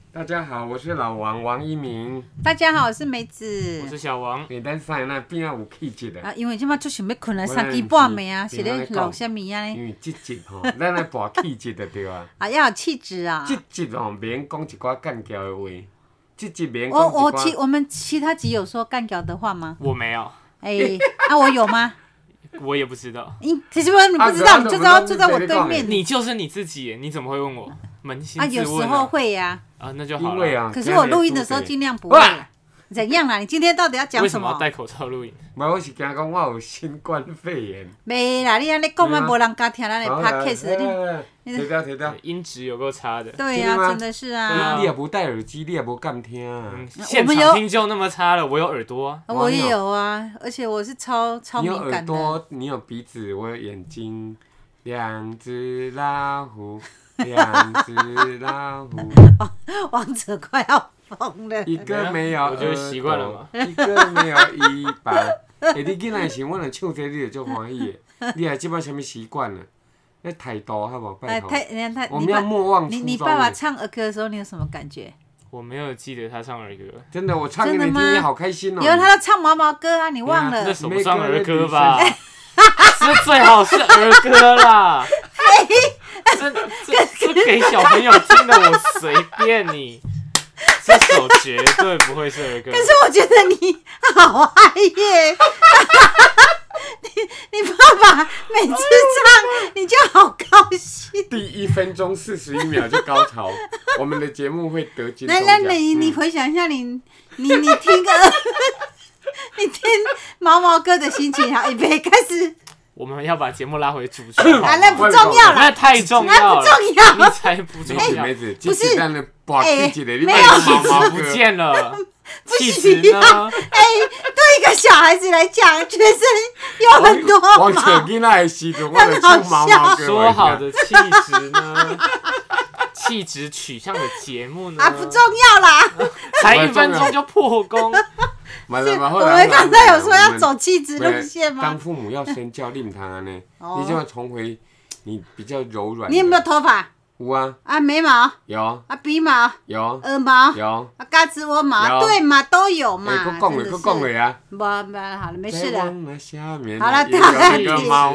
大家好，我是老王王一鸣。 大家好，我是梅子。 我是小王。 咱三个那边啊有气质的。 因为即摆就想要困了3更半暝啊，是咧闹啥物啊呢？ 因为这集吼，咱来博气质的对啊。 要有气质啊。 这集吼，免讲一寡干掉的话，这集免讲一寡。 我们其他集有说干掉的话吗？ 我没有。 我有吗？ 我也不知道。 其实你不知道，你就知道坐在我对面。 你就是你自己，你怎么会问我？扪心自问。 有时候会呀。 那就好了。 因为啊， 可是我录音的时候尽量不会。怎样啦？你今天到底要讲什么？ 为什么要戴口罩录音？ 我是惊讲我有新冠肺炎。 没啦，你安尼讲嘛，无人敢听咱的 podcast。 提掉。 音质有够差的。 对呀，真的是啊。 你也不戴耳机，你也不敢听。 现场听就那么差了，我有耳朵啊。 我也有啊，而且我是超敏感的。 你有耳朵，你有鼻子，我有眼睛。两只老虎。两只老虎， 王者快要疯了。 一个没有耳朵， 我就习惯了嘛。 一个没有尾巴。你囡仔时，我若唱这，你就足欢喜的。你即摆什么习惯了？那态度好不好？拜托。我们要莫忘初衷。 你爸爸唱儿歌的时候，你有什么感觉？ 我没有记得他唱儿歌。 真的，我唱给你听，也好开心哦。 有他都唱毛毛歌啊，你忘了？ 那什么算儿歌吧？这最好是儿歌啦。这给小朋友听的，我随便你。这首绝对不会是儿歌。 可是我觉得你好嗨耶！你爸爸每次唱，你就好高兴。 第1分钟41秒就高潮，我们的节目会得金钟奖。 来，你回想一下，你听个，你听毛毛歌的心情，好，预备开始。 我们要把节目拉回主题。 那不重要了， 那太重要了，你才不重要。 梅子，不是，没有气质不见了，气质呢？ 对一个小孩子来讲，全身有很多毛。 我扯囡仔的时阵，我就唱毛毛歌。 说好的气质呢？气质取向的节目呢？ 不重要啦， 才1分钟就破功。 我们刚才有说要走气质路线吗？ 当父母要身教，你唔通安尼，你就要重回你比较柔软。 你有没有头发？ 有啊。 眉毛有。 鼻毛有。 耳毛有。 胳肢窝毛对嘛都有嘛。 讲了啊。 不，好了，没事了。 好了， 有一个猫。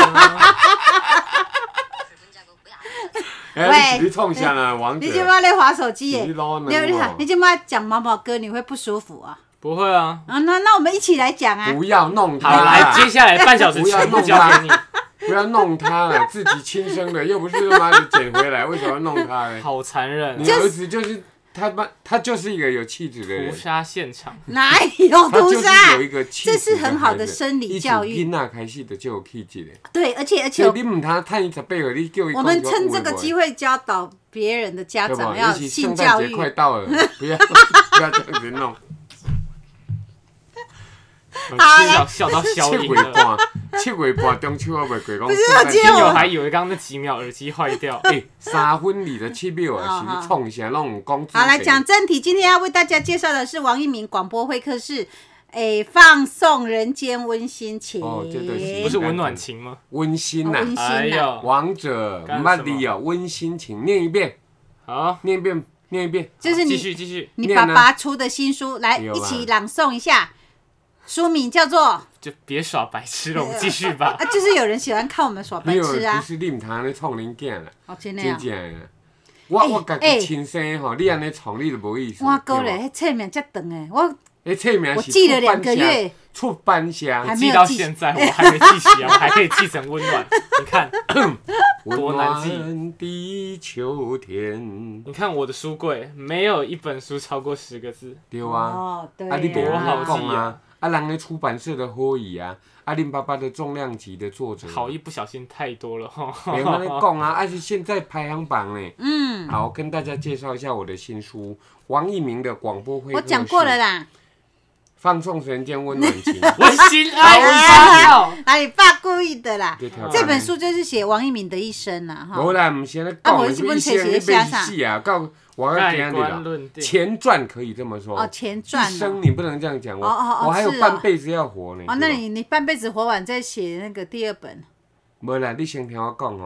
喂，你创啥啊，王者？ 你今晚在滑手机耶？ 你今晚讲毛毛歌，你会不舒服啊？ 不会啊。 那我们一起来讲啊！ 不要弄他。 好，来，接下来半小时全部交给你。 不要弄他了，自己亲生的，又不是他妈的捡回来，为什么要弄他呢？ 好残忍！ 你儿子就是他就是一个有气质的人。 屠杀现场？ 哪有屠杀？ 他就是有一个气质的孩子。 这是很好的生理教育。 囡仔开始就有气质的。 对，而且你唔通趁伊18岁，你叫伊。 我们趁这个机会教导别人的家长要性教育。 圣诞节快到了，不要这样子弄。 笑到消音了。 7月半中秋还未过， 不是我今天我还以为刚刚那几秒耳机坏掉。 3分27秒啊，是创啥拢讲。 好，来讲正题，今天要为大家介绍的是王一鸣广播会客室。放送人间温馨情。 不是温暖情吗？ 温馨呐， 哎呦， 王者捌你哦，温馨情，念一遍。 好， 念一遍。 就是你继续。 你爸爸出的新书，来一起朗诵一下。书名叫做就别耍白痴了，我们继续吧。 就是有人喜欢看我们耍白痴啊。 不是你唔通安尼创恁囝啦。 真的啊。 真正的。我家己亲生吼，你安尼创你就无意思。 我哥咧，迄册名遮长诶， 我记了2个月。 出版社记到现在，我还没记起啊，我还可以记成温暖。你看，多难记。 温暖的秋天。 你看我的书柜，没有一本书超过10个字。 对啊。 对。 你多好记啊！人的出版社的好意啊，恁爸爸的重量级的作者。 好一不小心太多了哈。 别安尼讲啊，是现在排行榜呢。好，跟大家介绍一下我的新书《王一鸣的广播会客室》。 我讲过了啦。 放送人间温暖情， 温馨爱发票。 你爸故意的啦。这本书就是写王一鸣的一生啦，哈。 无啦，唔是咧讲，一生你别死啊，到我要讲你啦，前传可以这么说。 前传。 一生你不能这样讲，我还有半辈子要活呢。 那你半辈子活完再写那个第2本。 无啦，你先听我讲哦。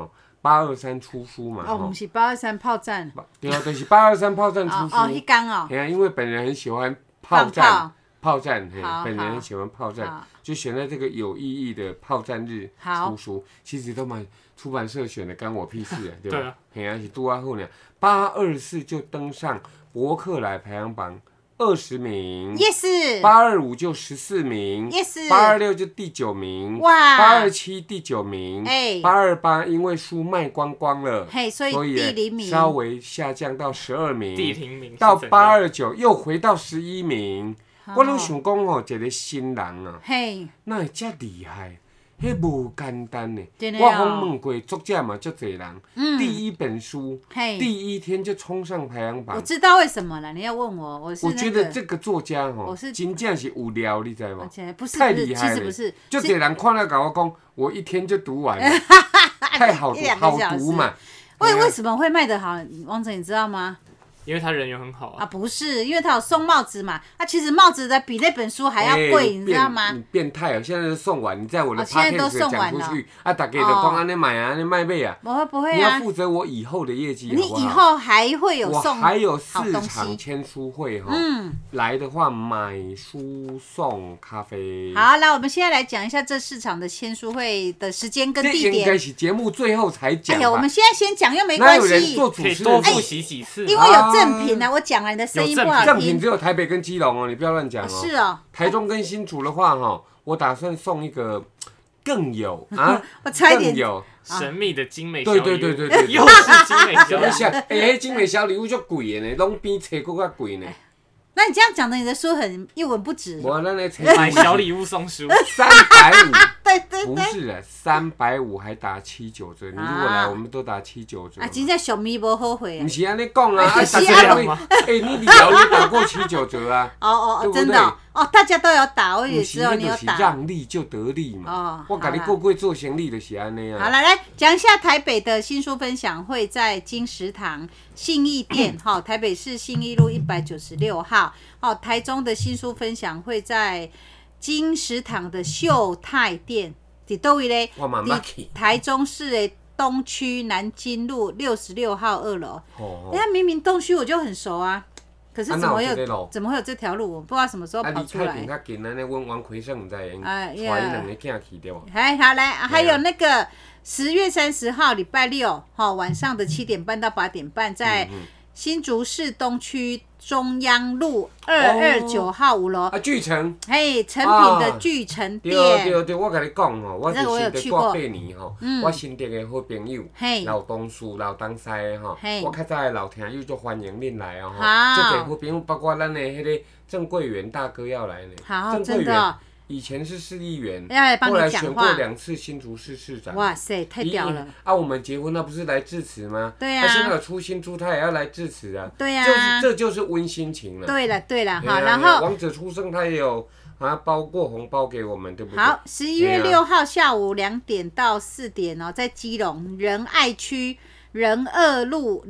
823出书嘛。 哦，不是823炮战。 对啊，就是823炮战出书。 哦，迄天哦。 对啊，因为本人很喜欢炮战，本人很喜欢炮战，就选在这个有意义的炮战日出书。其实都蛮出版社选的，干我屁事啊，对吧？对啊，是拄啊好呢。824就登上博客来排行榜20名 ，yes。 825就14名 ，yes。 826就第9名， 哇。 827第9名，828因为书卖光光了， 所以第0名稍微下降到12名， 第0名到829又回到11名。我拢想讲吼，一个新人啊，哪会遮厉害？迄无简单呢。我访问过作者嘛，足侪人，第一本书第一天就冲上排行榜。 我知道为什么了，你要问我，我觉得这个作家吼，真正是有料，你知吗？ 不是， 太厉害了， 其实不是， 足侪人看了甲我讲，我一天就读完了，太好读嘛。 为什么会卖得好？王哲，你知道吗？ 因为他人缘很好啊。 不是，因为他有送帽子嘛。其实帽子的比那本书还要贵，你知道吗？ 你变态哦！现在都送完，你在我的 podcast 讲出去，大家就讲安尼买啊，安尼卖啊。 不会啊！ 你要负责我以后的业绩， 你以后还会有送， 我还有4场签书会哈。来的话买书送咖啡。 好，来，我们现在来讲一下这4场的签书会的时间跟地点。 这应该是节目最后才讲吧。 哎呀，我们现在先讲又没关系。 哪有人做主持人多复习几次？ 因为有赠品啊，我讲了你的声音不好听。 赠品只有台北跟基隆哦，你不要乱讲哦。 是哦。 台中跟新竹的话哈，我打算送一个更有啊， 我差一点更有神秘的精美小礼物。 对， 又是精美小礼物。 迄精美小礼物足贵的呢，拢比册更较贵呢。 那你这样讲的，你的书很一文不值。 买小礼物送书 350， 对， 不是啊，350还打79折。你如果来，我们都打79折。 真正小米无后悔啊。 不是安尼讲啊，大家会，你理疗也打过79折啊。 哦，真的哦，大家都有打，我也知道你有打。 让利就得利嘛。我跟你过做生意就是安尼啊。 好了，来讲一下台北的新书分享会，在金石堂信义店，台北市信义路196号。台中的新书分享会在金石堂的秀泰店，在哪里呢？ 我嘛捌去。 台中市的东区南京路66号2楼。那明明东区我就很熟啊，可是怎么会有这条路？我不知道什么时候跑出来。 你较近，安尼阮王奎生唔知会带伊2个囝去对无？ 好来，还有那个10月30号礼拜6，晚上的7点半到8点半，在新竹市东区中央路229号5楼。 巨城。 成品的巨城店。 对，我甲你讲吼，我是新竹过8年吼，我新竹的好朋友，老同事、老同事的吼，我较早的老听友就欢迎恁来哦。这个好朋友包括咱的迄个郑桂元大哥要来呢。 好，真的。 以前是市议员， 后来选过2次新竹市市长。 哇塞，太屌了！ 我们结婚那不是来致辞吗？ 对啊。 他现在有出新书，他也要来致辞啊。 对啊。 这就是温馨情了。 对了，好，然后王者出生他也有包过红包给我们，对不对？ 好，11月6号下午2点到4点哦，在基隆仁爱区仁二路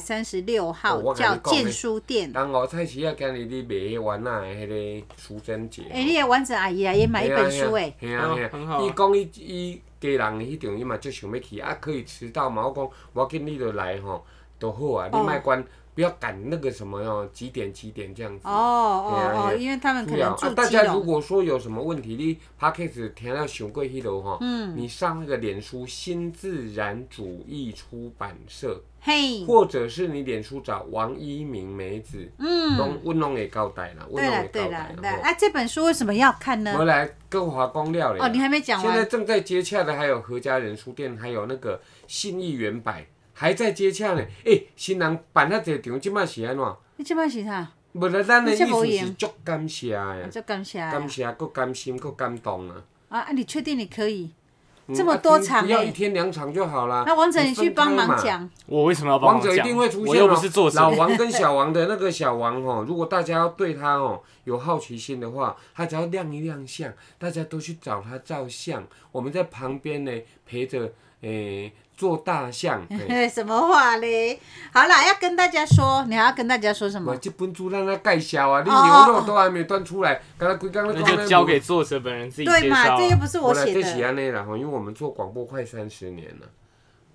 236号，叫建书店。 当午菜市啊，今日你卖迄丸仔的迄个淑珍节。 你的丸子阿姨啊，也买一本书诶。 很好。伊讲伊家人迄场伊嘛就想要去，可以迟到嘛。我讲我紧你就来吼，就好啊。你莫管，不要赶那个什么哦，几点这样子。 因为他们可能住基隆。 大家如果说有什么问题，你 Podcast 听了想过迄落吼，你上那个脸书新自然主义出版社。或者是你脸书找王一鸣梅子，阮拢会交代啦， 对啦。这本书为什么要看呢？ 我来跟华光料嘞。 你还没讲完。 现在正在接洽的还有何家人书店，还有那个信义原百，还在接洽呢。新人办遐济场，即摆是安怎？ 你即摆是啥？ 无啦，咱的意思是足感谢的。 足感谢。 感谢，佫甘心，佫感动啊。 你确定你可以？这么多场不要1天2场就好了。 那王者，你去帮忙讲。 我为什么要帮忙讲？ 王者一定会出现。 我又不是作者。 老王跟小王的那个小王如果大家要对他有好奇心的话，他只要亮一亮相，大家都去找他照相，我们在旁边呢陪着做大象。 什么话嘞？好啦，要跟大家说，你还要跟大家说什么？ 这本书让他介绍啊，你牛肉都还没端出来，刚才规刚那就交给作者本人自己介绍。 对嘛，这又不是我写的。 这是安尼啦，因为我们做广播快30年了，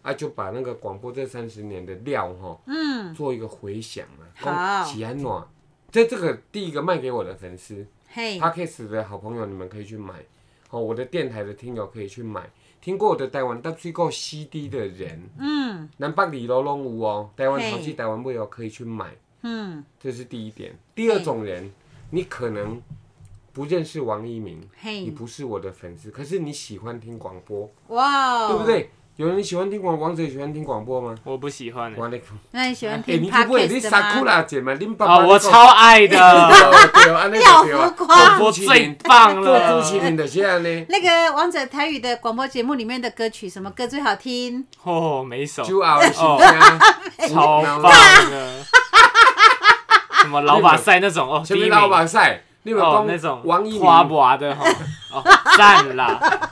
就把那个广播这30年的料做一个回响嘛。 好， 喜安暖，这个第一个卖给我的粉丝，Podcast 的好朋友你们可以去买，我的电台的听友可以去买。听过我的台湾到最后 CD 的人，南北二路拢有哦，台湾头去台湾尾可以去买，这是第一点。第二种人，你可能不认识王一鸣，你不是我的粉丝，可是你喜欢听广播，哇，对不对？有人喜欢听王者喜欢听广播吗？ 我不喜欢。 那你喜欢听 Podcast 吗？ 我超爱的。 你好浮夸， 广播最棒了。 做主持人就是安尼。 那个王者台语的广播节目里面的歌曲，什么歌最好听？ 每一首。 就熬的心声， 超棒的。什么老把赛那种什么老把赛？你有讲那种王一鸣花娃的赞啦。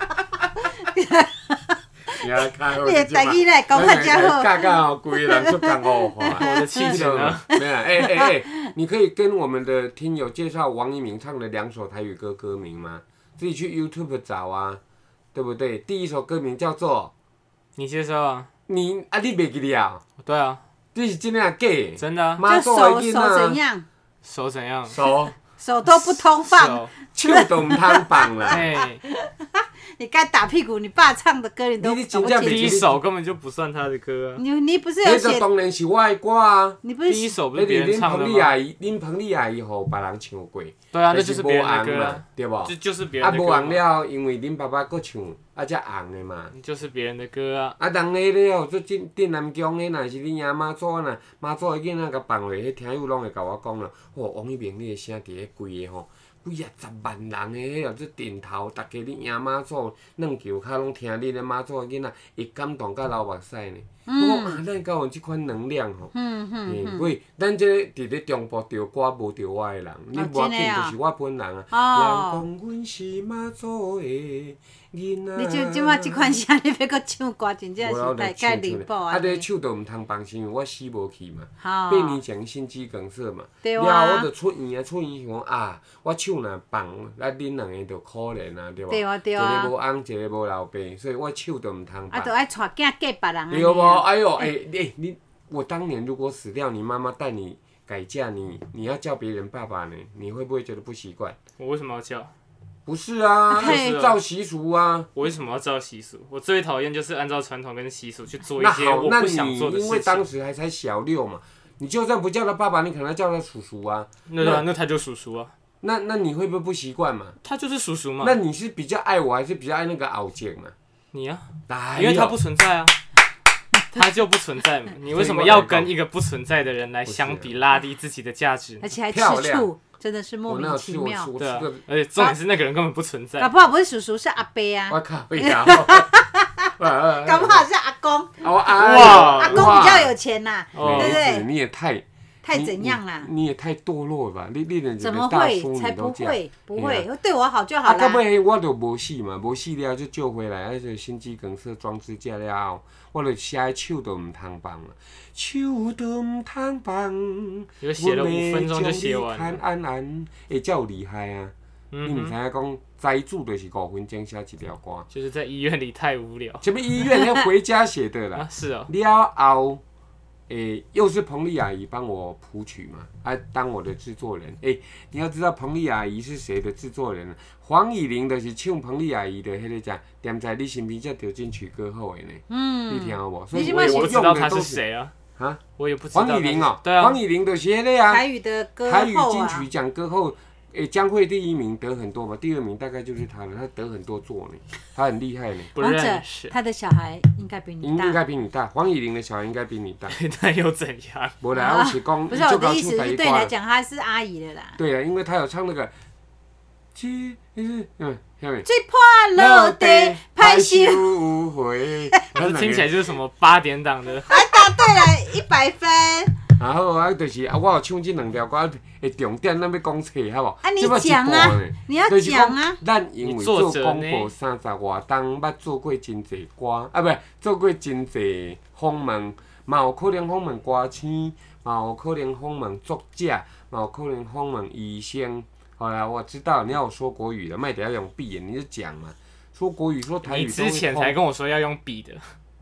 你的台语来讲较好。 教规人就讲好话。 我的气质呢？ 没有，你可以跟我们的听友介绍王一鸣唱的2首台语歌歌名吗？自己去 YouTube 找啊，对不对？第一首歌名叫做， 你介绍啊。 你袂记得啊？ 对啊。 这是真的假的？ 真的啊。 就手怎样？ 手怎样？ 手都不通放， 手都唔通放啦。 你该打屁股，你爸唱的歌你都搞不清楚。 第一首根本就不算他的歌啊。 你不是有写？ 那当然是我的歌啊。 你不是第一首不是别人唱的吗？ 恁彭丽阿姨互别人唱过。 对啊，那就是别人的歌啊， 对不？ 这就是别人的歌。 无红了，因为恁爸爸搁唱，才红的嘛。 就是别人的歌啊。 人个了，做镇南宫的，若是恁爷妈祖呐，妈祖的囡仔甲放落，迄听友拢会甲我讲了。王一鸣你的声伫咧规个几10万人的迄个做顶头，大家恁爷妈祖软轎脚拢听恁的妈祖的囡仔，会感动甲流目屎呢。我讲咱敢有即款能量所以咱这伫咧中部着歌无着我的人，你无要紧，就是我本人啊。人讲阮是妈祖的囡仔。 你即马即款声，你要搁唱歌，真正是太离谱啊！ 你手都毋通放，是因为我死无去嘛。8年前心肌梗塞嘛， 了后我就出院想讲我手若放，恁2个就可怜啊，对无？ 对啊。 一个无翁，一个无老爸，所以我手都毋通放。 就爱带囝嫁别人。 对无？哎呦，我当年如果死掉，你妈妈带你改嫁，你要叫别人爸爸呢，你会不会觉得不习惯？ 我为什么要叫？ 不是啊，照习俗啊。 我为什么要照习俗？我最讨厌就是按照传统跟习俗去做一些我不想做的事情。 因为当时还才小6嘛，你就算不叫他爸爸，你可能要叫他叔叔啊。 那他就叔叔啊。 那你会不会不习惯嘛？ 他就是叔叔嘛。 那你是比较爱我，还是比较爱那个敖健嘛？ 你啊，因为他不存在啊。他就不存在嘛？你为什么要跟一个不存在的人来相比，拉低自己的价值？ 而且还吃醋，真的是莫名其妙。 对啊，而且重点是那个人根本不存在。 搞不好不是叔叔，是阿伯啊！ 我靠， 搞不好是阿公。 哇， 阿公比较有钱呐，对不对？ 你也太怎样啦？ 你也太堕落了吧！你连怎么会？才不会，对我好就好啦。 到尾我就无死嘛，无死了就救回来，就心肌梗塞装支架了后，我就写手都唔通放了，手都唔通放。 就写了5分钟就写完了。 安，这有厉害啊！你唔知影讲斋主就是5分钟写一条歌。 就是在医院里太无聊。 什么医院？要回家写的啦。 是哦。 了后。又是彭丽阿姨帮我谱曲嘛，当我的制作人。你要知道彭丽阿姨是谁的制作人？黄以玲就是唱彭丽阿姨的迄个叫“踮在你身边才着金曲歌后的呢。你听好无？所以我不知道他是谁啊。我也不知道。 黄以玲哦， 对啊， 黄以玲就是迄个啊， 台语的歌后台语金曲奖歌后。江蕙第1名得很多嘛，第2名大概就是他了，他得很多座呢，他很厉害呢。 不认识。 他的小孩应该比你大。 应该比你大，黄以玲的小孩应该比你大。 那又怎样？ 无啦，我是讲， 不是我的意思是对你来讲，她是阿姨的啦。 对啊，因为他有唱那个，最破落地歹收回。听起来就是什么8点档的。 答对了，100分。 然后就是我有唱这2条歌的重点，咱要讲册，好无？ 你讲啊，你要讲啊。 咱因为做广播30外档，捌做过真侪歌，不是做过真侪访问，嘛有可能访问歌星，嘛有可能访问作者，嘛有可能访问医生。好啦，我知道你要说国语了，卖得要用笔，你就讲嘛。说国语，说台语。 你之前才跟我说要用笔的。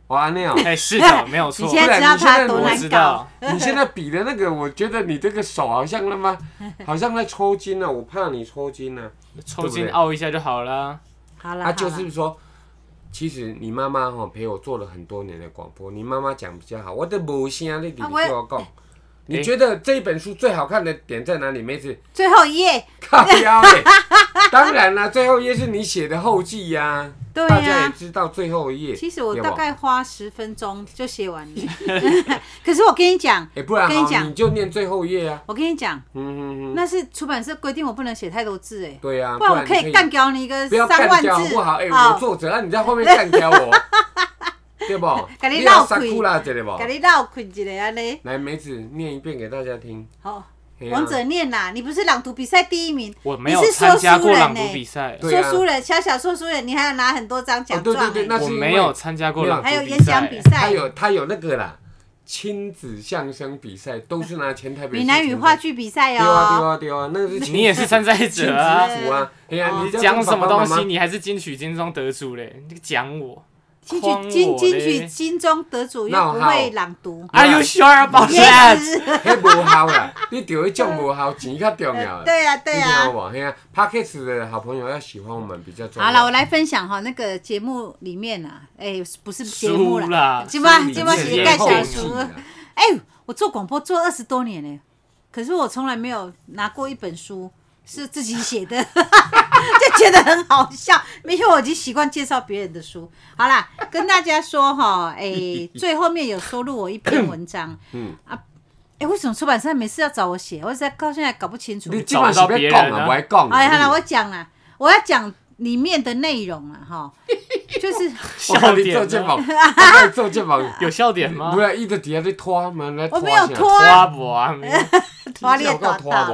哇，那样。 哎，是的，没有错。 你现在知道他多难搞。 你现在比的那个，我觉得你这个手好像好像在抽筋啊，我怕你抽筋啊。 抽筋凹一下就好了。 好了。 就是说，其实你妈妈陪我做了很多年的广播，你妈妈讲比较好，我都无声，你叫我讲。你觉得这一本书最好看的点在哪里，妹子？ 最后一页。 靠腰欸！当然啦，最后一页是你写的后记呀。 对呀。 大家也知道最后一页。 其实我大概花10分钟就写完了。可是我跟你讲， 不然好，你就念最后一页啊。 我跟你讲，那是出版社规定我不能写太多字哎。 对呀。 不然我可以干掉你一个3万字。 好不好？我作者，你在后面干掉我。对不？ 你要撒库拉这里不？ 给你绕困一个安尼。 来，梅子念一遍给大家听。 好，王者念啦！你不是朗读比赛第1名， 你是参加过朗读比赛， 说书人，小说书人，你还要拿很多张奖状。 对，那是我没有参加过朗读比赛， 还有演讲比赛， 他有那个啦，亲子相声比赛都是拿前台北。 闽南语话剧比赛哦。 对啊，那个是。 你也是参赛者啊！ 你讲什么东西？你还是金曲金钟得主嘞！你讲我。 金曲金钟得主又不会朗读。 Are you sure about that？ 迄无效啦，你钓迄种无效，钱较重要。 对啊。 你听无？嘿啊 ，Podcast 的好朋友要喜欢我们比较重要。 好了，我来分享那个节目里面啊，不是节目啦，今晚写盖小书。我做广播做20多年嘞，可是我从来没有拿过一本书是自己写的。就觉得很好笑，因为我已经习惯介绍别人的书。好啦，跟大家说最后面有收录我一篇文章。为什么出版社每次要找我写？我到现在搞不清楚。 你找到别人啊？我还讲。 好了，我讲啦，我要讲里面的内容啊，就是笑点。 做肩膀有笑点吗？ 不要一直底下在拖嘛，来拖。 我没有拖啊。 拖列倒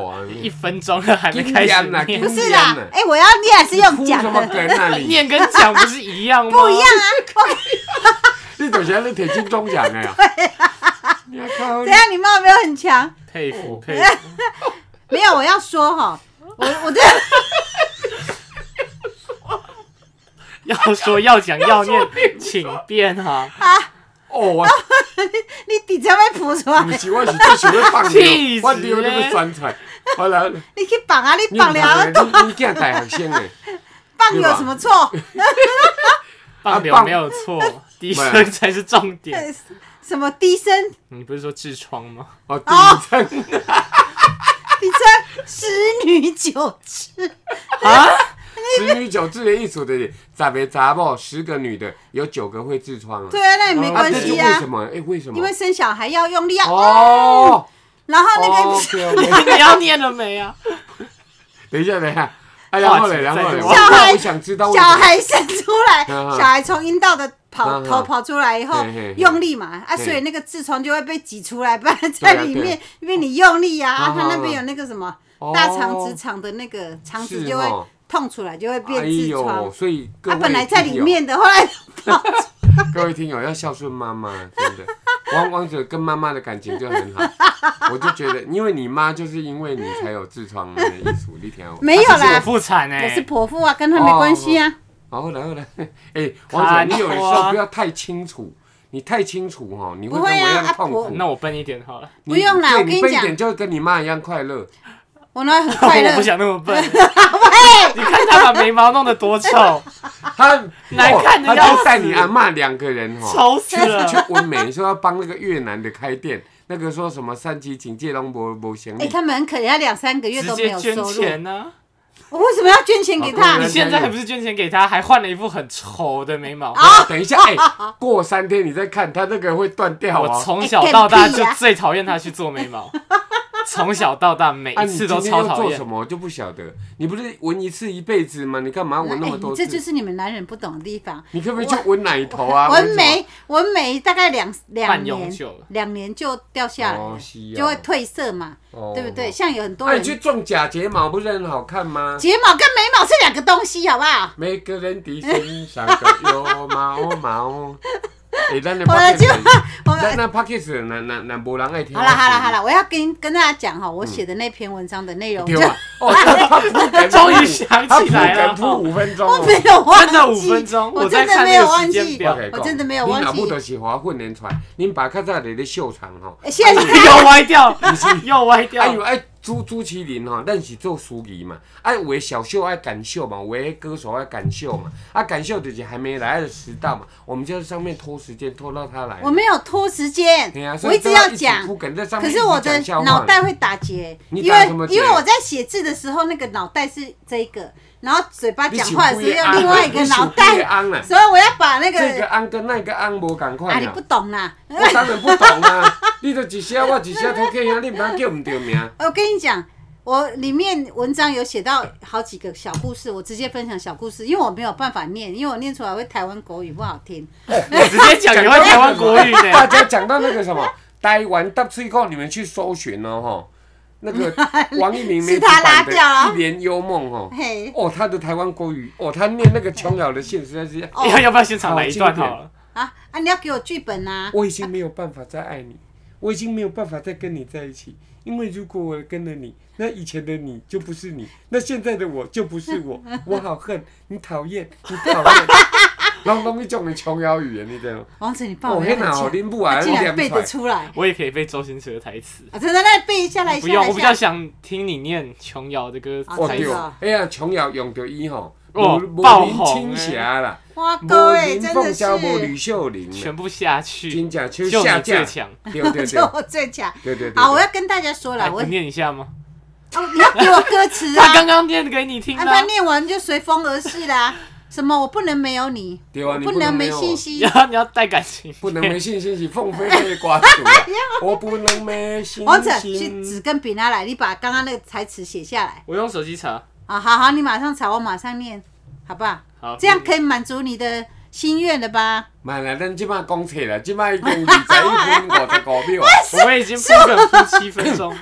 1分钟了还没开始念。 不是啦，我要念还是用讲的？ 念跟讲不是一样吗？ 不一样啊！ 你等下你摕金钟奖的呀？ 怎样？你妈有没有很强？ 佩服。 没有，我要说我这要说要讲要念，请便哈。 你底才会浮出来。 不是，我是最喜欢放牛，我牛那个酸菜。好了， 你去绑啊！你绑了你竟大学生诶， 绑有什么错？ 绑流没有错，低声才是重点。 什么低声？ 你不是说痔疮吗？ 低声。 低声，10女9痔啊！10女9痔的意思就是10个查某，10个女的，有9个会痔疮啊。 对啊，那也没关系啊。 为什么？为什么？ 因为生小孩要用力啊。然后你要念了没啊？ 等一下。然后嘞，我想知道小孩生出来，小孩从阴道的头跑出来以后，用力嘛，所以那个痔疮就会被挤出来，不然在里面，因为你用力啊，它那边有那个什么大肠直肠的那个肠子就会痛出来，就会变痔疮。 所以本来在里面的，后来跑出来。 各位听友要孝顺妈妈，真的。王者跟妈妈的感情就很好，我就觉得，因为你妈就是因为你才有痔疮的意思，你听我。 没有啦， 剖腹产我是剖腹啊，跟他没关系啊。 后来，王者，你有的时候不要太清楚，你太清楚你会跟我一样痛苦。 那我笨一点好了。 不用啦，我跟你讲， 你笨一点就跟你妈一样快乐。 我那很快乐。 我不想那么笨。你看他把眉毛弄得多丑， 他难看的要死。 他带你阿嬷2个人丑死了。 去温美说要帮那个越南的开店，那个说什么3级警戒都没行李。 他们很可怜，他2-3个月都没有收入。 直接捐钱呢？ 我为什么要捐钱给他？ 你现在还不是捐钱给他，还换了一副很丑的眉毛。 等一下，过3天你再看，他那个会断掉。 我从小到大就最讨厌他去做眉毛。从小到大每一次都超讨厌。 做什么我就不晓得。你不是纹一次一辈子吗？你干嘛纹那么多次？ 这就是你们男人不懂的地方。 你可不可以去纹奶头啊？ 纹眉大概两年就掉下来了，就会褪色嘛，对不对？像有很多人， 你去种假睫毛不是很好看吗？ 睫毛跟眉毛是2个东西，好不好？ 每个人的身上都有毛毛。 咱的 podcast， 咱那 podcast 那无人爱听。 好了，我要跟大家讲哈，我写的那篇文章的内容。 对啊， 终于想起来了， 他5分钟， 我没有忘记， 真的5分钟， 我真的没有忘记，我真的没有忘记。 你老母就是华训练出来，恁爸较早伫咧秀场吼， 现在又歪掉，又歪掉。 哎呦哎。朱麒麟吼，咱是做司仪嘛，有的小秀爱赶秀嘛，有的歌手爱赶秀嘛，赶秀就是还没来就迟到嘛，我们就在上面拖时间，拖到他来。 我没有拖时间，我一直要讲，可是我的脑袋会打结，因为我在写字的时候，那个脑袋是这一个。然后嘴巴讲话的时候用另外一个脑袋，所以我要把那个这个昂跟那个昂无同款。 你不懂啦。 我当然不懂啊，你就一声我一声偷客兄，你唔当叫唔对名。 我跟你讲，我里面文章有写到好几个小故事，我直接分享小故事，因为我没有办法念，因为我念出来会台湾国语不好听。 我直接讲台湾国语呢。 大家讲到那个什么台湾搭水果，你们去搜寻哦吼。那个王一鸣没出版的《一帘幽梦》哦，他的台湾国语哦，他念那个琼瑶的信实在是， 要不要现场来一段好了？ 你要给我剧本啊！ 我已经没有办法再爱你，我已经没有办法再跟你在一起，因为如果我跟了你，那以前的你就不是你，那现在的我就不是我，我好恨你，讨厌你，讨厌。拢一种的琼瑶语言，你知道吗？ 王子，你帮我讲，竟然背得出来。 我也可以背周星驰的台词。 真的，那背下来。 不用，我比较想听你念琼瑶的歌台词。 哎呀，琼瑶用到伊吼， 爆红青霞啦， 哇，各位真的是无吕秀玲， 全部下去， 真假就下架，对， 就我最强。 对。 好，我要跟大家说了，我念一下吗？ 你要给我歌词啊！ 他刚刚念给你听， 他念完就随风而逝啦。什么？我不能没有你， 不能没信心。 你要带感情， 不能没信心是凤飞飞的歌词。我不能没信心。 王子，去纸跟笔拿来，你把刚刚那个台词写下来。 我用手机查。 好，你马上查，我马上念，好不好？ 好， 这样可以满足你的心愿了吧？ 慢啦，咱即摆讲册啦，即摆已经21分55秒。 我们已经铺梗铺7分钟。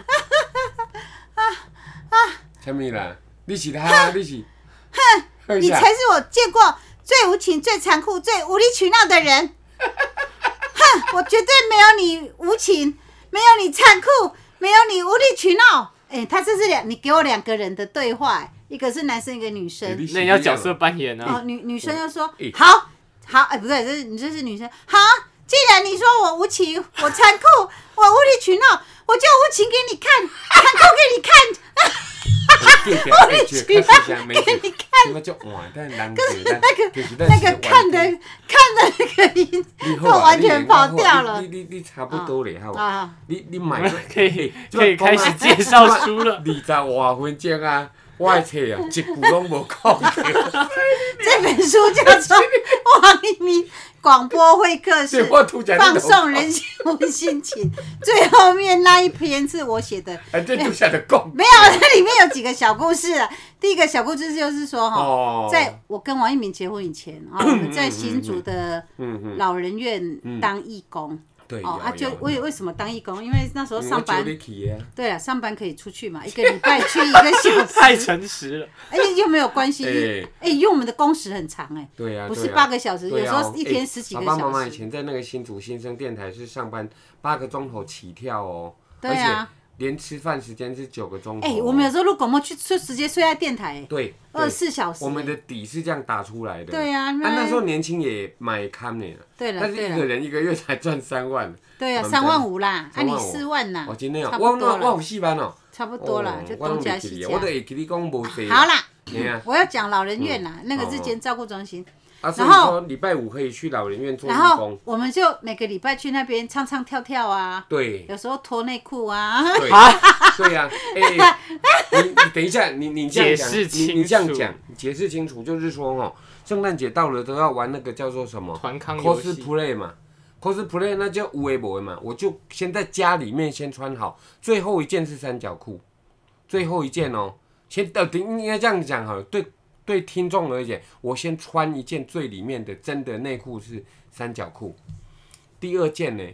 什么啦？你是他，你是？ 哼。你才是我见过最无情、最残酷、最无理取闹的人！哼，我绝对没有你无情，没有你残酷，没有你无理取闹。他这是你给我2个人的对话，一个是男生，一个女生。 那你要角色扮演啊。 女生要说好，不对，这是女生。好，既然你说我无情，我残酷，我无理取闹，我就无情给你看，残酷给你看。 我理取闹给你看。可是那个看的那个音，都完全跑掉了。 你差不多了，好。你买可以开始介绍书了。 20多分钟啊，我的册啊，一句拢无讲到。 这本书叫做《王一鸣广播会客室》，放送人心无心情。最后面那一篇是我写的。 这就写的讲。 没有，那里面有几个小故事啊。第一个小故事就是说在我跟王一鸣结婚以前我们在新竹的老人院当义工。 对就为什么当义工？因为那时候上班，对了，上班可以出去嘛，1个礼拜去1个小时， 太诚实了。 又没有关系，因为我们的工时很长对啊， 不是8个小时，有时候一天10几个小时。 爸爸妈妈以前在那个新竹新生电台是上班8个钟头起跳哦， 对啊， 连吃饭时间是9个钟头。 我们有时候录广播去直接睡在电台， 对 ，24小时。 我们的底是这样打出来的。 对啊， 那时候年轻也买看呢。 对了， 但是1个人1个月才赚3万。 对啊，3万5啦，你4万啦。 真的哦，我有4万哦。 差不多啦，就东家西家。 我都会跟你讲无济。 好啦，我要讲老人院啦，那个日间照顾中心。 然后礼拜5可以去老人院做义工。 然后我们就每个礼拜去那边唱唱跳跳啊。 对。 有时候脱内裤啊。 对呀，你等一下，你这样讲，你这样讲，解释清楚，就是说圣诞节到了都要玩那个叫做什么团康游戏 cosplay 嘛 ，cosplay 那就有的没的嘛，我就先在家里面先穿好，最后一件是三角裤，最后一件应该这样讲好了，对听众而言，我先穿一件最里面的真的内裤是三角裤，第二件呢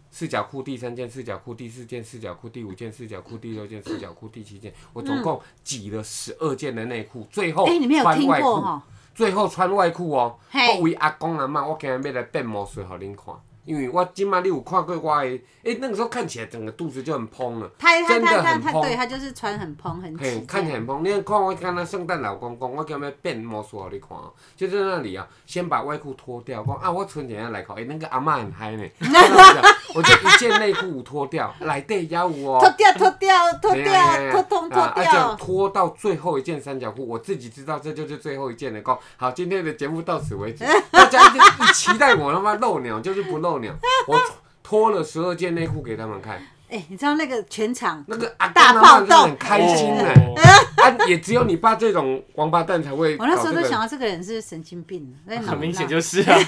四角裤第3件，四角裤第4件，四角裤第5件，四角裤第6件，四角裤第7件，我总共挤了12件的内裤，最后穿外裤，最后穿外裤哦。我为阿公阿嬷，我今日要来变魔术给恁看。因为我今嘛你有看过我的，那个时候看起来整个肚子就很蓬了，真的很蓬。 对，他就是穿很蓬很紧。 看起来很蓬。你看我刚刚圣诞老公公，我今日变魔术给你看哦，就在那里啊，先把外裤脱掉，讲啊我存钱要来考，那个阿嬷很嗨呢。我就一件内裤脱掉，内底也有哦。 脱掉，脱掉。 脱到最后一件三角裤，我自己知道这就是最后一件了。讲好，今天的节目到此为止。大家一期待我他妈露鸟，就是不露鸟。我脱了12件内裤给他们看。 你知道那个全场那个大暴动，很开心呢。也只有你爸这种王八蛋才会。 我那时候都想到这个人是神经病， 很明显就是啊。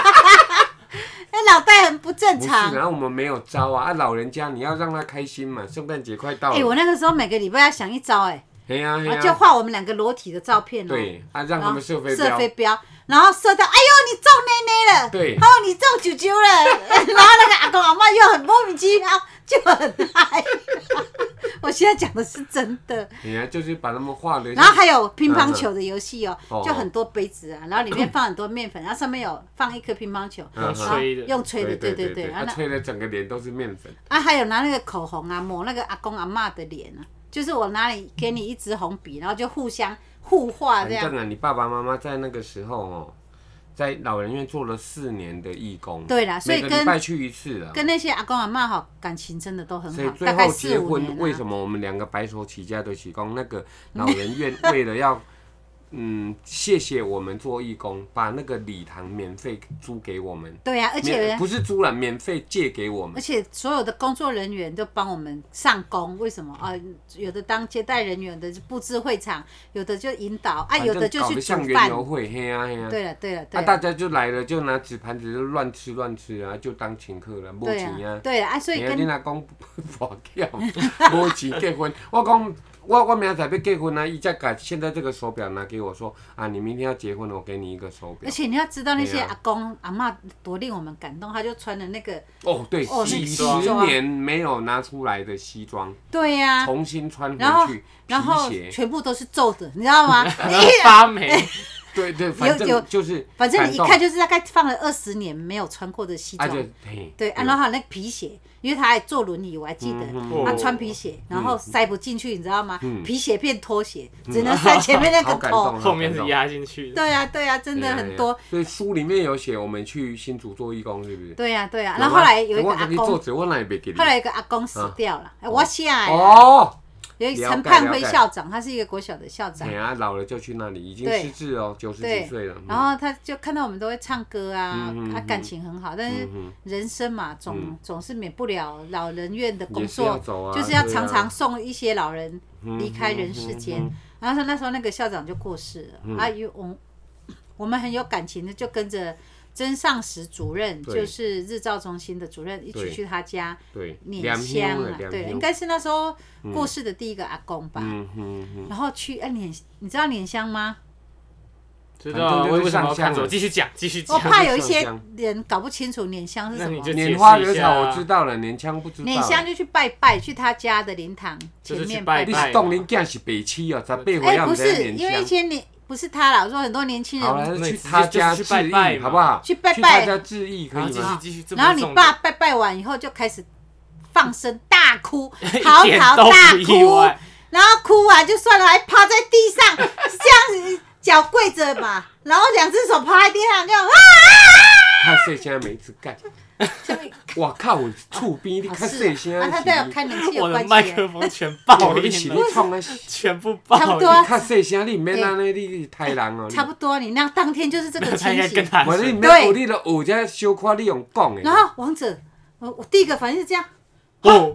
脑袋很不正常。 不是，然后我们没有招啊！老人家你要让他开心嘛，圣诞节快到了。 我那个时候每个礼拜要想一招就画我们2个裸体的照片对，让他们射飞镖，然后射到，哎呦，你中内内了， 对， 然后你中啾啾了，然后那个阿公阿嬷又很莫名其妙，就很嗨。我现在讲的是真的。 就是把他们画的。 然后还有乒乓球的游戏就很多杯子啊，然后里面放很多面粉，然后上面有放一颗乒乓球，用吹的，对。 他吹的整个脸都是面粉。 还有拿那个口红啊抹那个阿公阿嬷的脸啊。就是我拿给你一支红笔，然后就互相互画这样。 反正你爸爸妈妈在那个时候在老人院做了4年的义工。 对啦，所以每个礼拜去1次了。 跟那些阿公阿嬷感情真的都很好。 所以最后结婚，为什么我们2个白手起家的起工？那个老人院为了要谢谢我们做义工，把那个礼堂免费租给我们。 对啊，而且不是租了，免费借给我们。 而且所有的工作人员都帮我们上工，为什么有的当接待人员，有的布置会场，有的就引导有的就去煮饭。搞得像园游会，嘿啊。对了。 大家就来了，就拿纸盘子就乱吃啊，就当请客了，没钱啊。 对啊，所以跟你阿公跋筊，没钱结婚，我讲。我明仔要结婚啊！伊才把现在这个手表拿给我说你明天要结婚了，我给你一个手表。 而且你要知道那些阿公阿嬷多令我们感动，他就穿的那个对，几10年没有拿出来的西装， 对呀， 重新穿回去， 然后全部都是皱的，你知道吗？ 发霉。 对，反正就是， 反正你一看就是大概放了20年没有穿过的西装。对，然后还有那个皮鞋，因为他还坐轮椅，我还记得，他穿皮鞋，然后塞不进去，你知道吗？皮鞋变拖鞋，只能塞前面那个头， 后面是压进去的。 对啊，真的很多。 所以书里面有写我们去新竹做义工，是不是？ 对啊。然后后来有一个阿公，后来有一个阿公死掉了，我写的。有一个陈盼辉校长，他是一个国小的校长。 老了就去那里，已经失智哦，90几岁了。 然后他就看到我们都会唱歌啊，他感情很好。但是人生嘛，总是免不了老人院的工作，就是要常常送一些老人离开人世间。然后那时候那个校长就过世了，我们很有感情的，就跟着曾尚实主任，就是日照中心的主任，一起去他家拈香啊，对，应该是那时候过世的第一个阿公吧。然后去你知道拈香吗？ 知道，为什么要看着我？继续讲。 我怕有一些人搞不清楚拈香是什么。 拈花惹草我知道了，拈香不知道。 拈香就去拜拜，去他家的灵堂前面拜拜。 你是当恁囝是白痴哦，18岁要不是，因为以前不是他啦，我说很多年轻人去他家致意，好不好？ 去拜拜， 去他家致意可以吗？ 然后你爸拜完以后就开始放声大哭，嚎啕大哭，然后哭完就算了，还趴在地上，这样子脚跪着嘛，然后2只手趴在地上这样他细声每一次干。哇靠！我厝边你看细声， 他都有开冷气有关系。 我的麦克风全爆了，全部爆了。 差不多。 看细声，你唔免安尼，你太人哦。 差不多，你那当天就是这个情形。 你唔免你就学这小可你用讲的。 然后王者，我第一个反应是这样。然后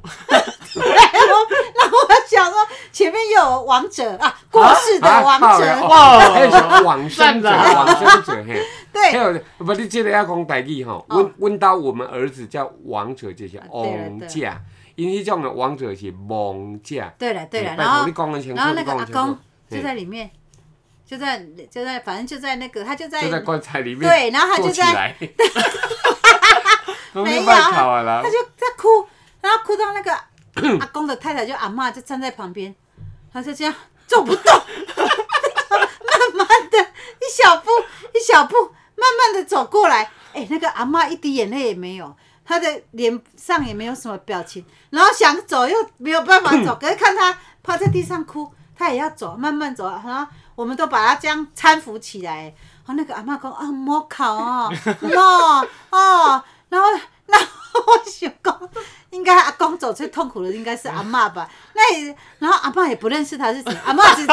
我想说，前面又有王者过世的王者， 哇，往生者，嘿。 对， 还有不，你这个要讲台语吼，阮家我们儿子叫王者，就是王者，因迄种的王者是王者。 对了，然后那个阿公就在里面，就在，反正就在那个，他就在棺材里面， 对，然后他就在， 没有，他就在哭，然后哭到那个阿公的太太就阿嬷就站在旁边，他就这样走不动，慢慢的一小步一小步，慢慢的走过来。那个阿嬷一滴眼泪也没有，她的脸上也没有什么表情，然后想走又没有办法走，可是看她趴在地上哭，她也要走，慢慢走，然后我们都把她这样搀扶起来。那个阿嬷说唔好哭然后我想讲，应该阿公走最痛苦的应该是阿嬷吧？然后阿嬷也不认识他是谁，阿嬷只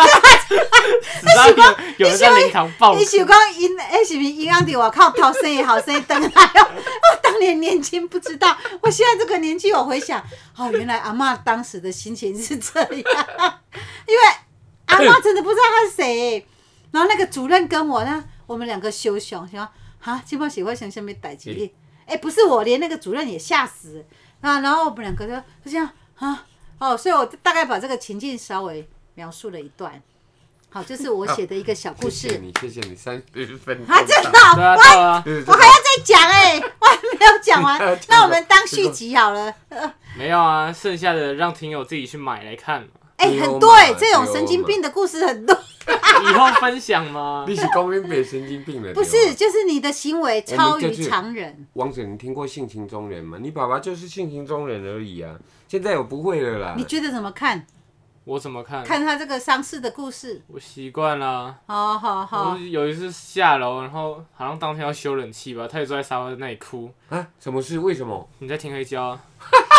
有人在灵堂抱。 你想讲因是不是因安在外口偷生的后生回来我当年年轻不知道，我现在这个年纪我回想，原来阿嬷当时的心情是这样，因为阿嬷真的不知道他是谁。然后那个主任跟我呢，我们两个想现在是发生什么代志？不是我，连那个主任也吓死了。然后我们两个就这样所以我大概把这个情境稍微描述了一段。好，这是我写的一个小故事。 谢谢你30分。 真的，我还要再讲我还没有讲完。那我们当续集好了。 没有啊，剩下的让听友自己去买来看。 很多这种神经病的故事很多。 以后分享吗？ 你是讲你被神经病了？ 不是，就是你的行为超于常人。 王者，你听过性情中人吗？你爸爸就是性情中人而已啊。现在我不会了啦。 你觉得怎么看？ 我怎么看？ 看他这个丧事的故事。 我习惯了。 好。 我有一次下楼，然后好像当天要修冷气吧，他也坐在沙发那里哭。 什么事？为什么？ 你在听黑胶啊？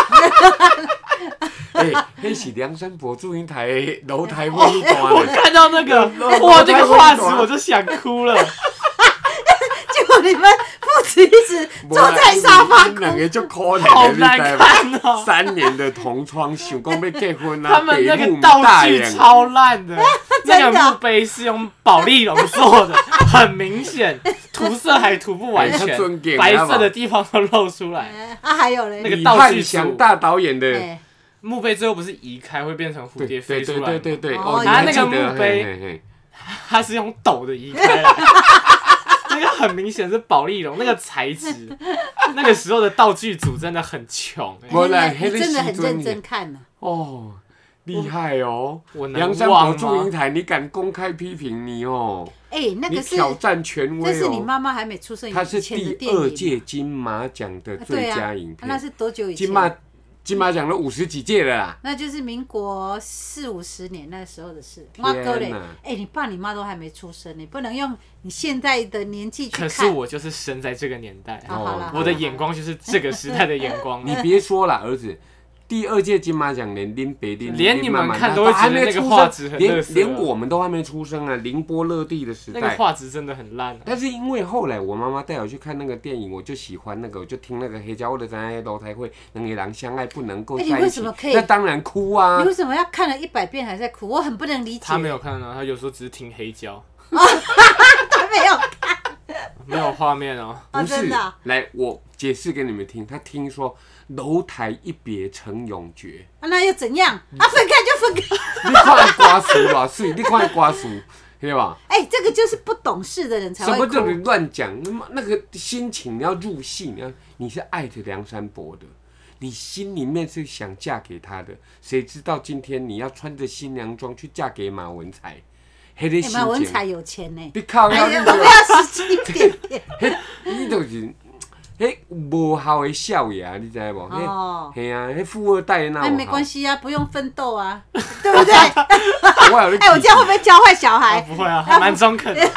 那是梁山伯祝英台的楼台尾段。 我看到那个，哇，那个画质我就想哭了。 结果你们父子一直坐在沙发哭， 两个就可怜， 好难看哦。 3年的同窗，想讲要结婚他们那个道具超烂的，那个墓碑是用保丽龙做的，很明显，涂色还涂不完全，白色的地方都露出来。 还有嘞， 那个道具组大导演的。 墓碑最后不是移开会变成蝴蝶飞出来？ 对。 他那个墓碑，他是用抖的移开来，那个很明显是保丽龙那个材质。那个时候的道具组真的很穷。 你真的很认真看呢。 厉害哦！ 梁山伯祝英台，你敢公开批评你那个是挑战权威这是你妈妈还没出生以前的电影。 它是第2届金马奖的最佳影片。 那是多久以前？ 金马奖都50几届了啦。 那就是民国40-50年那时候的事。妈哥嘞，你爸你妈都还没出生，你不能用你现在的年纪去看。 可是我就是生在这个年代，我的眼光就是这个时代的眼光。 你别说了，儿子。第2届金马奖连林北连你们看都会觉得那个画质很垃圾， 连我们都还没出生啊！凌波乐地的时代， 那个画质真的很烂。 但是因为后来我妈妈带我去看那个电影，我就喜欢那个，我就听那个黑胶，我就在楼台会两个人相爱不能够在一起。 你为什么可以？ 那当然哭啊！ 你为什么要看了100遍还在哭？我很不能理解。 他没有看啊，他有时候只是听黑胶。 他没有看， 没有画面哦。 不是，来我解释给你们听。他听说楼台一别成永绝， 那又怎样？分开就分开。 你看瓜熟吧，是，你看瓜熟，对吧？ 这个就是不懂事的人才会哭。 什么叫你乱讲？那个心情你要入戏，你是爱着梁山伯的，你心里面是想嫁给他的，谁知道今天你要穿着新娘装去嫁给马文才？ 马文才有钱呢。 你靠！我们要实际一点点。 你就是。无效的少爷，你知无？嘿啊，富二代那。 没关系啊，不用奋斗啊，对不对？ 我这样会不会教坏小孩？ 不会啊，还蛮中肯的。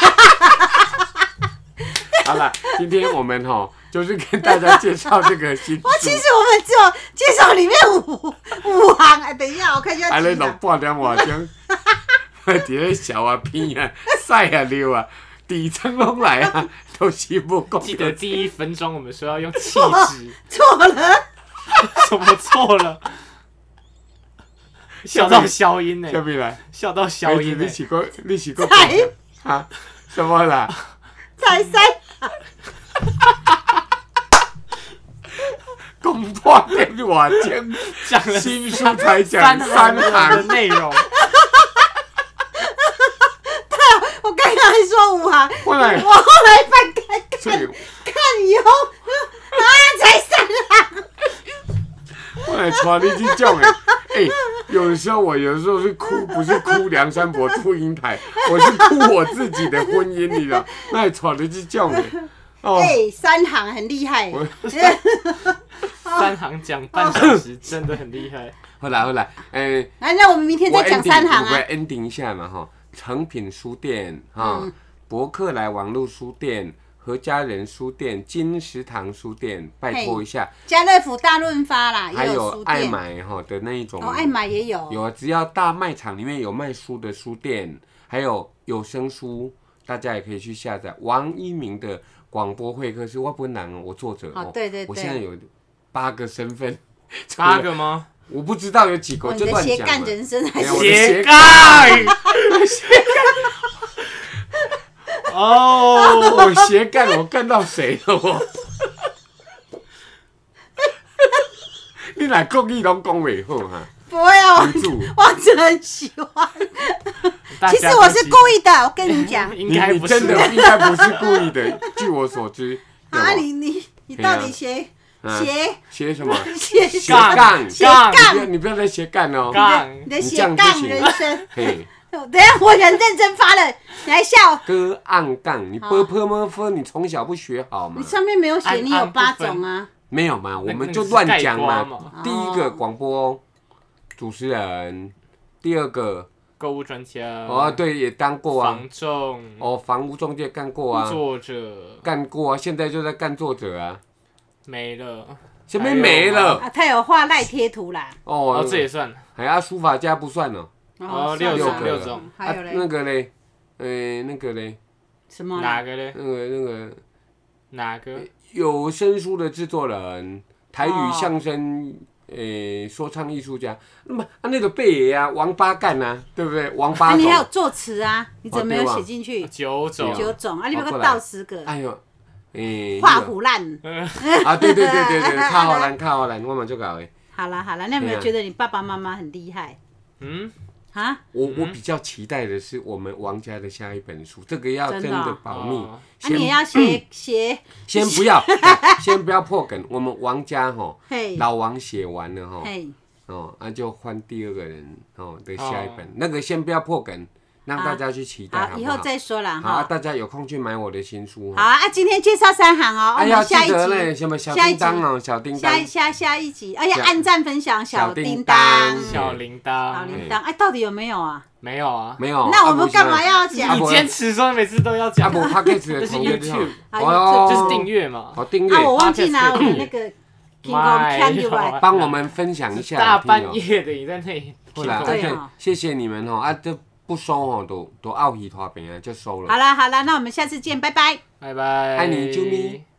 好了，今天我们就是跟大家介绍这个新书。 其实我们只有介绍里面五行。等一下，我看一下。 还能录半点话钟，伫咧笑啊、片啊、晒啊、溜啊。底层拢来啊，都是不够。 记得第1分钟我们说要用气质。 错了。 什么错了？笑到消音呢？笑到消音呢？ 你是个啊？什么啦？ 才3。 公破的话讲了新书才讲3行的内容。 我刚刚还说5行，我后来翻开看以后才3 我来带你去种的。有的时候是哭，不是哭梁山伯祝英台，我是哭我自己的婚姻，你知道？那还带你去种的。 三行很厉害。 3行讲半小时，真的很厉害。 好啦，来， 那我们明天再讲3行啊。 我 ending 一下嘛哈，诚品书店博客来网络书店。何家人书店、金石堂书店，拜托一下。 家乐福大润发啦， 还有爱买的那一种。 爱买也有。 有啊，只要大卖场里面有卖书的书店，还有有声书，大家也可以去下载。王一鸣的广播会客室，我不难哦，我作者哦。 对。 我现在有8个身份。 8个吗？ 我不知道有几个，就乱讲。 斜杠人生还是斜杠？ 我斜杠，我干到谁了我？你来故意拢讲袂好哈？ 不会啊，我真的很喜欢。其实我是故意的，我跟你讲。 应该不是， 真的应该不是故意的。据我所知。 你到底斜什么？ 斜杠。 杠。 你不要再斜杠哦。 你的斜杠人生。等一下，我很认真发了，你还笑？ 歌按杠，你啵，你从小不学好吗？ 你上面没有写，你有8种啊？ 没有嘛，我们就乱讲嘛。第一个广播主持人，第二个购物专家。 对，也当过啊。 房仲。 房屋中介干过啊。 作者。 干过啊，现在就在干作者啊。 没了。 前面没了。 他有画赖贴图啦。 这也算。 书法家不算哦。 6种， 还有嘞， 那个嘞，那个嘞， 什么？ 哪个嘞？ 那个， 哪个？ 有声书的制作人，台语相声，说唱艺术家，那个贝爷啊，王八干啊，对不对？王八狗。 你还有作词啊？你怎么没有写进去 ？9 种啊！你有个倒10个。 哎呦， 画虎烂。 对，靠好烂，我们就搞诶。 好了，那有没有觉得你爸爸妈妈很厉害？ 我比较期待的是我们王家的下一本书，这个要真的保密。 你也要写？ 先不要破梗。我们王家老王写完了就换第2个人的下一本，那个先不要破梗。让大家去期待，好不好？ 以后再说啦。 好，大家有空去买我的新书。 好啊，今天介绍3行哦。 哎呀，记得嘞，什么小叮当哦，小叮当。 下一集，而且按赞分享小叮当。 小铃铛。 到底有没有啊？ 没有啊。 没有。 那我们干嘛要讲？ 你坚持说每次都要讲。 这是 YouTube， 就是订阅嘛。 订阅。 我忘记拿我的那个 King 帮我们分享一下。 大半夜的你在那里。 对，谢谢你们这不收都奥喜拖饼就收了。 好啦，那我们下次见，拜拜。 拜拜。 爱你，啾咪。